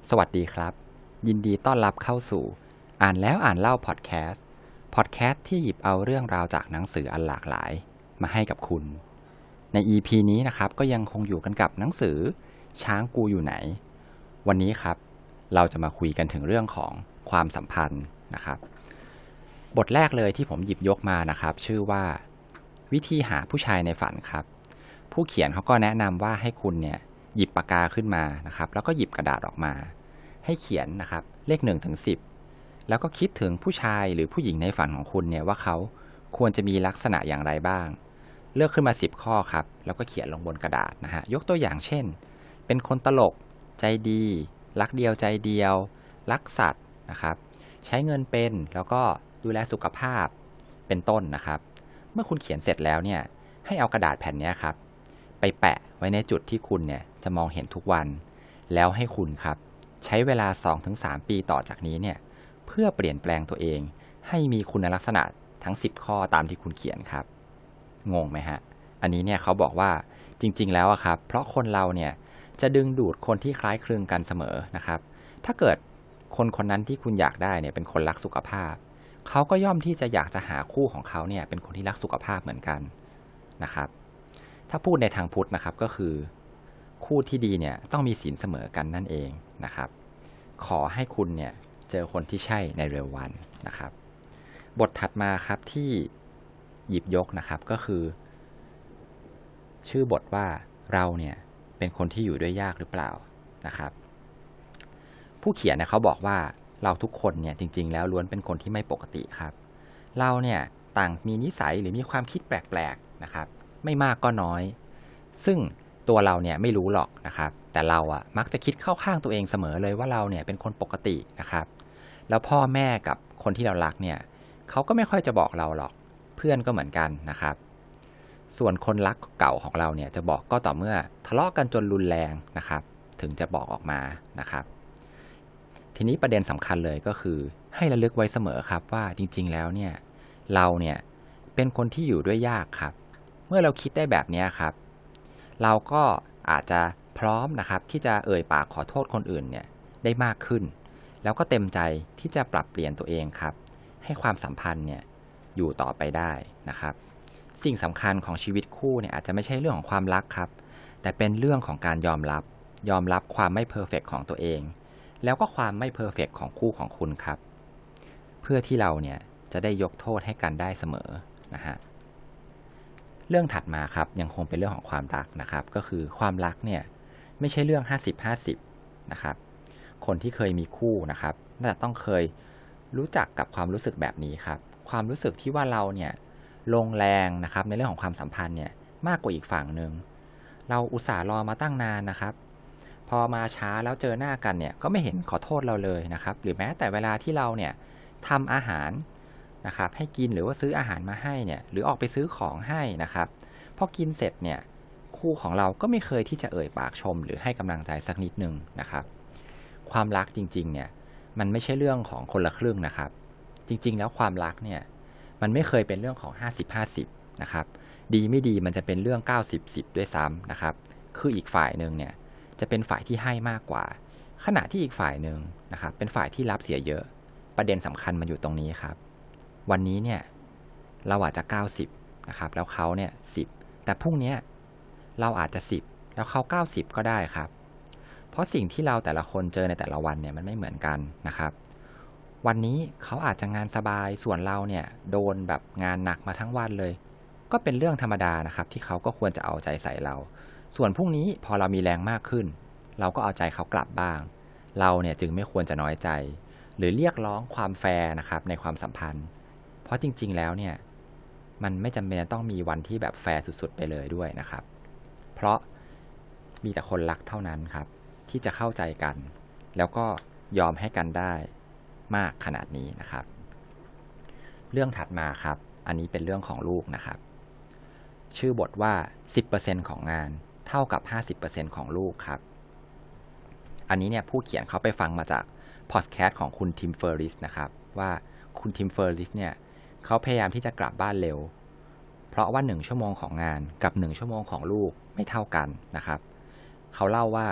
สวัสดีครับยินดีต้อนรับเข้าสู่อ่านแล้วอ่านเล่าพอดแคสต์ที่หยิบเอาเรื่องราวจากหนังสืออันหลากหลายมาให้กับคุณใน EP นี้นะครับก็ยังคงอยู่กันกับหนังสือช้างกูอยู่ไหนวันนี้ครับเราจะมาคุยกันถึงเรื่องของความสัมพันธ์นะครับบทแรกเลยที่ผมหยิบยกมานะครับชื่อว่าวิธีหาผู้ชายในฝันครับผู้เขียนเขาก็แนะนำว่าให้คุณเนี่ยหยิบปากกาขึ้นมานะครับแล้วก็หยิบกระดาษออกมาให้เขียนนะครับเลข1 ถึง 10แล้วก็คิดถึงผู้ชายหรือผู้หญิงในฝันของคุณเนี่ยว่าเขาควรจะมีลักษณะอย่างไรบ้างเลือกขึ้นมา10ข้อครับแล้วก็เขียนลงบนกระดาษนะฮะยกตัวอย่างเช่นเป็นคนตลกใจดีรักเดียวใจเดียวรักสัตว์นะครับใช้เงินเป็นแล้วก็ดูแลสุขภาพเป็นต้นนะครับเมื่อคุณเขียนเสร็จแล้วเนี่ยให้เอากระดาษแผ่นนี้ครับไปแปะไว้ในจุดที่คุณเนี่ยจะมองเห็นทุกวันแล้วให้คุณครับใช้เวลา 2-3 ปีต่อจากนี้เนี่ยเพื่อเปลี่ยนแปลงตัวเองให้มีคุณลักษณะทั้ง10ข้อตามที่คุณเขียนครับงงไหมฮะอันนี้เนี่ยเขาบอกว่าจริงๆแล้วครับเพราะคนเราเนี่ยจะดึงดูดคนที่คล้ายคลึงกันเสมอนะครับถ้าเกิดคนคนนั้นที่คุณอยากได้เนี่ยเป็นคนรักสุขภาพเขาก็ย่อมที่จะอยากจะหาคู่ของเขาเนี่ยเป็นคนที่รักสุขภาพเหมือนกันนะครับถ้าพูดในทางพุทธนะครับก็คือคู่ที่ดีเนี่ยต้องมีศีลเสมอกันนั่นเองนะครับขอให้คุณเนี่ยเจอคนที่ใช่ในเร็ววันนะครับบทถัดมาครับที่หยิบยกนะครับก็คือชื่อบทว่าเราเนี่ยเป็นคนที่อยู่ด้วยยากหรือเปล่านะครับผู้เขียนเขาบอกว่าเราทุกคนเนี่ยจริงๆแล้วล้วนเป็นคนที่ไม่ปกติครับเราเนี่ยต่างมีนิสัยหรือมีความคิดแปลกๆนะครับไม่มากก็น้อยซึ่งตัวเราเนี่ยไม่รู้หรอกนะครับแต่เรามักจะคิดเข้าข้างตัวเองเสมอเลยว่าเราเนี่ยเป็นคนปกตินะครับแล้วพ่อแม่กับคนที่เรารักเนี่ยเขาก็ไม่ค่อยจะบอกเราหรอกเพื่อนก็เหมือนกันนะครับส่วนคนรักเก่าของเราเนี่ยจะบอกก็ต่อเมื่อทะเลาะกันจนรุนแรงนะครับถึงจะบอกออกมานะครับทีนี้ประเด็นสำคัญเลยก็คือให้ระลึกไว้เสมอครับว่าจริงๆแล้วเนี่ยเราเนี่ยเป็นคนที่อยู่ด้วยยากครับเมื่อเราคิดได้แบบนี้ครับเราก็อาจจะพร้อมนะครับที่จะเอ่ยปากขอโทษคนอื่นเนี่ยได้มากขึ้นแล้วก็เต็มใจที่จะปรับเปลี่ยนตัวเองครับให้ความสัมพันธ์เนี่ยอยู่ต่อไปได้นะครับสิ่งสำคัญของชีวิตคู่เนี่ยอาจจะไม่ใช่เรื่องของความรักครับแต่เป็นเรื่องของการยอมรับความไม่เพอร์เฟกต์ของตัวเองแล้วก็ความไม่เพอร์เฟกต์ของคู่ของคุณครับเพื่อที่เราเนี่ยจะได้ยกโทษให้กันได้เสมอนะฮะเรื่องถัดมาครับยังคงเป็นเรื่องของความรักนะครับก็คือความรักเนี่ยไม่ใช่เรื่อง50-50นะครับคนที่เคยมีคู่นะครับน่าจะต้องเคยรู้จักกับความรู้สึกแบบนี้ครับความรู้สึกที่ว่าเราเนี่ยลงแรงนะครับในเรื่องของความสัมพันธ์เนี่ยมากกว่าอีกฝั่งหนึ่งเราอุตส่าห์รอมาตั้งนานนะครับพอมาช้าแล้วเจอหน้ากันเนี่ยก็ไม่เห็นขอโทษเราเลยนะครับหรือแม้แต่เวลาที่เราเนี่ยทำอาหารนะครับให้กินหรือว่าซื้ออาหารมาให้เนี่ยหรือออกไปซื้อของให้นะครับพอกินเสร็จเนี่ยคู่ของเราก็ไม่เคยที่จะเอ่ยปากชมหรือให้กำลังใจสักนิดนึงนะครับความรักจริงๆเนี่ยมันไม่ใช่เรื่องของคนละครึ่งนะครับจริงๆแล้วความรักเนี่ยมันไม่เคยเป็นเรื่องของ50-50นะครับดีไม่ดีมันจะเป็นเรื่อง90-10ด้วยซ้ำนะครับคืออีกฝ่ายนึงเนี่ยจะเป็นฝ่ายที่ให้มากกว่าขณะที่อีกฝ่ายนึงนะครับเป็นฝ่ายที่รับเสียเยอะประเด็นสำคัญมันอยู่ตรงนี้ครับวันนี้เนี่ยเราอาจจะ90นะครับแล้วเขาเนี่ย10แต่พรุ่งนี้เราอาจจะ10แล้วเขา90ก็ได้ครับเพราะสิ่งที่เราแต่ละคนเจอในแต่ละวันเนี่ยมันไม่เหมือนกันนะครับวันนี้เขาอาจจะงานสบายส่วนเราเนี่ยโดนแบบงานหนักมาทั้งวันเลยก็เป็นเรื่องธรรมดานะครับที่เขาก็ควรจะเอาใจใส่เราส่วนพรุ่งนี้พอเรามีแรงมากขึ้นเราก็เอาใจเขากลับบ้างเราเนี่ยจึงไม่ควรจะน้อยใจหรือเรียกร้องความแฟร์นะครับในความสัมพันธ์เพราะจริงๆแล้วเนี่ยมันไม่จำเป็นต้องมีวันที่แบบแฟร์สุดๆไปเลยด้วยนะครับเพราะมีแต่คนรักเท่านั้นครับที่จะเข้าใจกันแล้วก็ยอมให้กันได้มากขนาดนี้นะครับเรื่องถัดมาครับอันนี้เป็นเรื่องของลูกนะครับชื่อบทว่า 10% ของงานเท่ากับ 50% ของลูกครับอันนี้เนี่ยผู้เขียนเขาไปฟังมาจากพอดแคสต์ของคุณทิมเฟอร์ริสนะครับว่าคุณทิมเฟอร์ริสเนี่ยเขาพยายามที่จะกลับบ้านเร็วเพราะว่า1 ชั่วโมงของงานกับ1 ชั่วโมงของลูกไม่เท่ากันนะครับเขาเล่าว่า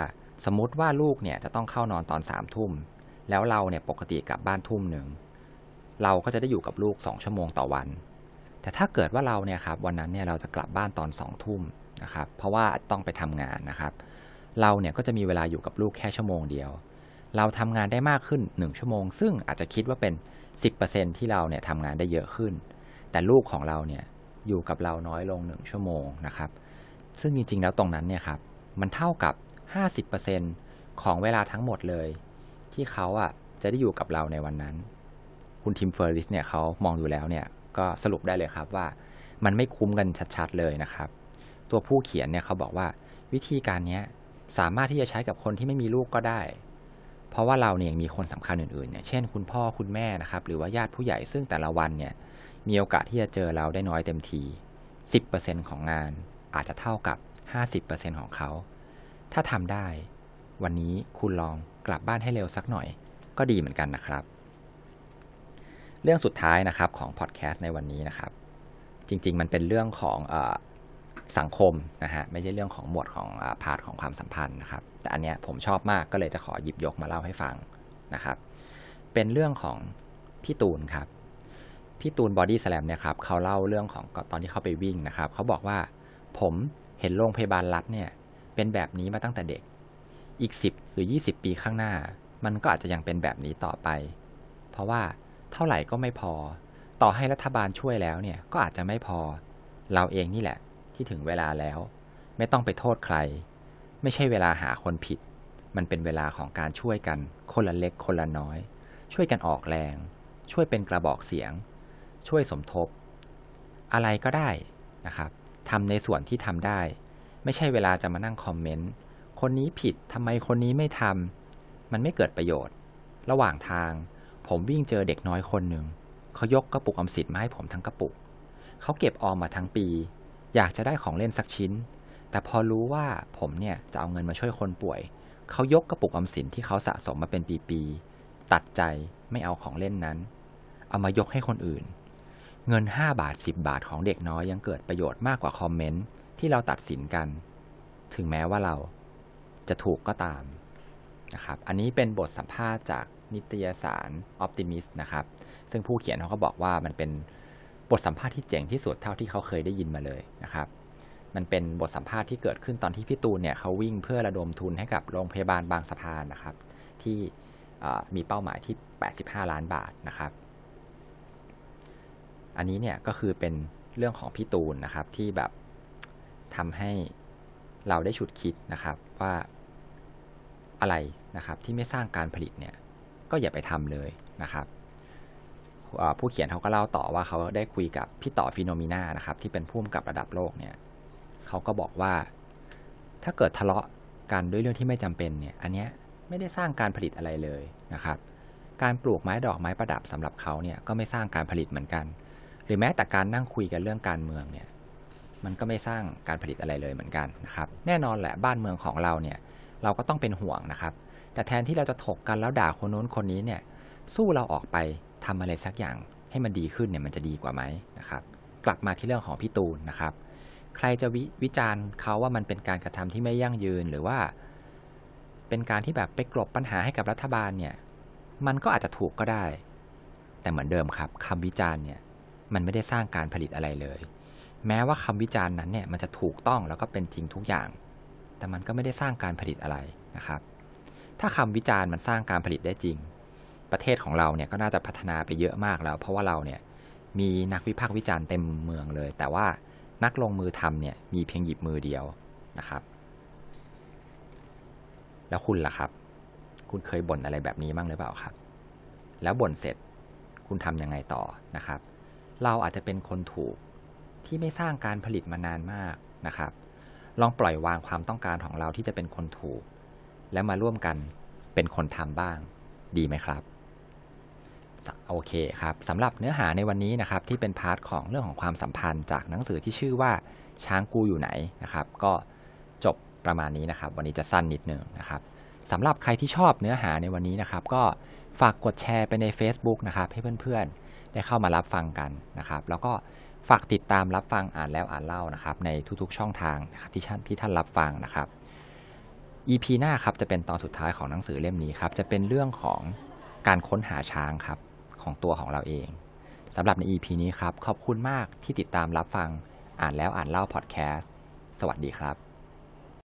สมมุติว่าลูกเนี่ยจะต้องเข้านอนตอน3 ทุ่มแล้วเราเนี่ยปกติกลับบ้าน1 ทุ่มเราก็จะได้อยู่กับลูก2 ชั่วโมงต่อวันแต่ถ้าเกิดว่าเราเนี่ยครับวันนั้นเนี่ยเราจะกลับบ้านตอน2 ทุ่มนะครับเพราะว่าต้องไปทำงานนะครับเราเนี่ยก็จะมีเวลาอยู่กับลูกแค่ชั่วโมงเดียวเราทำงานได้มากขึ้น1 ชั่วโมงซึ่งอาจจะคิดว่าเป็น 10% ที่เราเนี่ยทำงานได้เยอะขึ้นแต่ลูกของเราเนี่ยอยู่กับเราน้อยลง1 ชั่วโมงนะครับซึ่งจริงๆแล้วตรงนั้นเนี่ยครับมันเท่ากับ 50% ของเวลาทั้งหมดเลยที่เขาจะได้อยู่กับเราในวันนั้นคุณทิมเฟอร์ริสเนี่ยเขามองดูแล้วเนี่ยก็สรุปได้เลยครับว่ามันไม่คุ้มกันชัดๆเลยนะครับตัวผู้เขียนเนี่ยเขาบอกว่าวิธีการนี้สามารถที่จะใช้กับคนที่ไม่มีลูกก็ได้เพราะว่าเราเนี่ยมีคนสำคัญอื่นๆเนี่ยเช่นคุณพ่อคุณแม่นะครับหรือว่าญาติผู้ใหญ่ซึ่งแต่ละวันเนี่ยมีโอกาสที่จะเจอเราได้น้อยเต็มที 10% ของงานอาจจะเท่ากับ 50% ของเขาถ้าทำได้วันนี้คุณลองกลับบ้านให้เร็วสักหน่อยก็ดีเหมือนกันนะครับเรื่องสุดท้ายนะครับของพอดแคสต์ในวันนี้นะครับจริงๆมันเป็นเรื่องของสังคมนะฮะไม่ใช่เรื่องของหมวดของพาร์ทของความสัมพันธ์นะครับแต่อันเนี้ยผมชอบมากก็เลยจะขอหยิบยกมาเล่าให้ฟังนะครับเป็นเรื่องของพี่ตูนครับพี่ตูนบอดี้สแลมเนี่ยครับเขาเล่าเรื่องของตอนที่เขาไปวิ่งนะครับเขาบอกว่าผมเห็นโรงพยาบาลรัฐเนี่ยเป็นแบบนี้มาตั้งแต่เด็กอีก10 หรือ 20 ปีข้างหน้ามันก็อาจจะยังเป็นแบบนี้ต่อไปเพราะว่าเท่าไหร่ก็ไม่พอต่อให้รัฐบาลช่วยแล้วเนี่ยก็อาจจะไม่พอเราเองนี่แหละที่ถึงเวลาแล้วไม่ต้องไปโทษใครไม่ใช่เวลาหาคนผิดมันเป็นเวลาของการช่วยกันคนละเล็กคนละน้อยช่วยกันออกแรงช่วยเป็นกระบอกเสียงช่วยสมทบอะไรก็ได้นะครับทำในส่วนที่ทำได้ไม่ใช่เวลาจะมานั่งคอมเมนต์คนนี้ผิดทำไมคนนี้ไม่ทำมันไม่เกิดประโยชน์ระหว่างทางผมวิ่งเจอเด็กน้อยคนหนึ่งเขายกกระปุกออมสินมาให้ผมทั้งกระปุกเขาเก็บออมมาทั้งปีอยากจะได้ของเล่นสักชิ้นแต่พอรู้ว่าผมเนี่ยจะเอาเงินมาช่วยคนป่วยเขายกกระปุกออมสินที่เขาสะสมมาเป็นปีๆตัดใจไม่เอาของเล่นนั้นเอามายกให้คนอื่นเงิน5 บาท10 บาทของเด็กน้อยยังเกิดประโยชน์มากกว่าคอมเมนต์ที่เราตัดสินกันถึงแม้ว่าเราจะถูกก็ตามนะครับอันนี้เป็นบทสัมภาษณ์จากนิตยสาร Optimist นะครับซึ่งผู้เขียนเขาก็บอกว่ามันเป็นบทสัมภาษณ์ที่เจ๋งที่สุดเท่าที่เขาเคยได้ยินมาเลยนะครับมันเป็นบทสัมภาษณ์ที่เกิดขึ้นตอนที่พี่ตูนเนี่ยเขาวิ่งเพื่อระดมทุนให้กับโรงพยาบาลบางสะพานนะครับที่มีเป้าหมายที่85 ล้านบาทนะครับอันนี้เนี่ยก็คือเป็นเรื่องของพี่ตูนนะครับที่แบบทำให้เราได้ฉุดคิดนะครับว่าอะไรนะครับที่ไม่สร้างการผลิตเนี่ยก็อย่าไปทำเลยนะครับผู้เขียนเขาก็เล่าต่อว่าเขาได้คุยกับพี่ต่อฟิโนมิน่านะครับที่เป็นผู้กำกับระดับโลกเนี่ยเขาก็บอกว่าถ้าเกิดทะเลาะกันด้วยเรื่องที่ไม่จำเป็นเนี่ยอันเนี้ยไม่ได้สร้างการผลิตอะไรเลยนะครับการปลูกไม้ดอกไม้ประดับสำหรับเขาเนี่ยก็ไม่สร้างการผลิตเหมือนกันหรือแม้แต่การนั่งคุยกันเรื่องการเมืองเนี่ยมันก็ไม่สร้างการผลิตอะไรเลยเหมือนกันนะครับแน่นอนแหละบ้านเมืองของเราเนี่ยเราก็ต้องเป็นห่วงนะครับแต่แทนที่เราจะถกกันแล้วด่าคนโน้นคนนี้เนี่ยสู้เราออกไปทำอะไรสักอย่างให้มันดีขึ้นเนี่ยมันจะดีกว่าไหมนะครับกลับมาที่เรื่องของพี่ตูนนะครับใครจะวิจารณ์เขาว่ามันเป็นการกระทำที่ไม่ยั่งยืนหรือว่าเป็นการที่แบบไปกลบปัญหาให้กับรัฐบาลเนี่ยมันก็อาจจะถูกก็ได้แต่เหมือนเดิมครับคำวิจารณ์เนี่ยมันไม่ได้สร้างการผลิตอะไรเลยแม้ว่าคำวิจารณ์นั้นเนี่ยมันจะถูกต้องแล้วก็เป็นจริงทุกอย่างแต่มันก็ไม่ได้สร้างการผลิตอะไรนะครับถ้าคำวิจารณ์มันสร้างการผลิตได้จริงประเทศของเราเนี่ยก็น่าจะพัฒนาไปเยอะมากแล้วเพราะว่าเราเนี่ยมีนักวิพากษ์วิจารณ์เต็มเมืองเลยแต่ว่านักลงมือทำเนี่ยมีเพียงหยิบมือเดียวนะครับแล้วคุณล่ะครับคุณเคยบ่นอะไรแบบนี้บ้างหรือเปล่าครับแล้วบ่นเสร็จคุณทำยังไงต่อนะครับเราอาจจะเป็นคนถูกที่ไม่สร้างการผลิตมานานมากนะครับลองปล่อยวางความต้องการของเราที่จะเป็นคนถูกแล้วมาร่วมกันเป็นคนทำบ้างดีไหมครับโอเคครับสำหรับเนื้อหาในวันนี้นะครับที่เป็นพาร์ทของเรื่องของความสัมพันธ์จากหนังสือที่ชื่อว่าช้างกูอยู่ไหนนะครับก็จบประมาณนี้นะครับวันนี้จะสั้นนิดนึงนะครับสำหรับใครที่ชอบเนื้อหาในวันนี้นะครับก็ฝากกดแชร์ไปใน Facebook นะครับให้เพื่อนๆได้เข้ามารับฟังกันนะครับแล้วก็ฝากติดตามรับฟังอ่านแล้วอ่านเล่านะครับในทุกๆช่องทางนะครับที่ท่านรับฟังนะครับ EP หน้าครับจะเป็นตอนสุดท้ายของหนังสือเล่มนี้ครับจะเป็นเรื่องของการค้นหาช้างครับของตัวของเราเองสำหรับใน EP นี้ครับขอบคุณมากที่ติดตามรับฟังอ่านแล้วอ่านเล่าพอดแคสต์สวัสดีครับ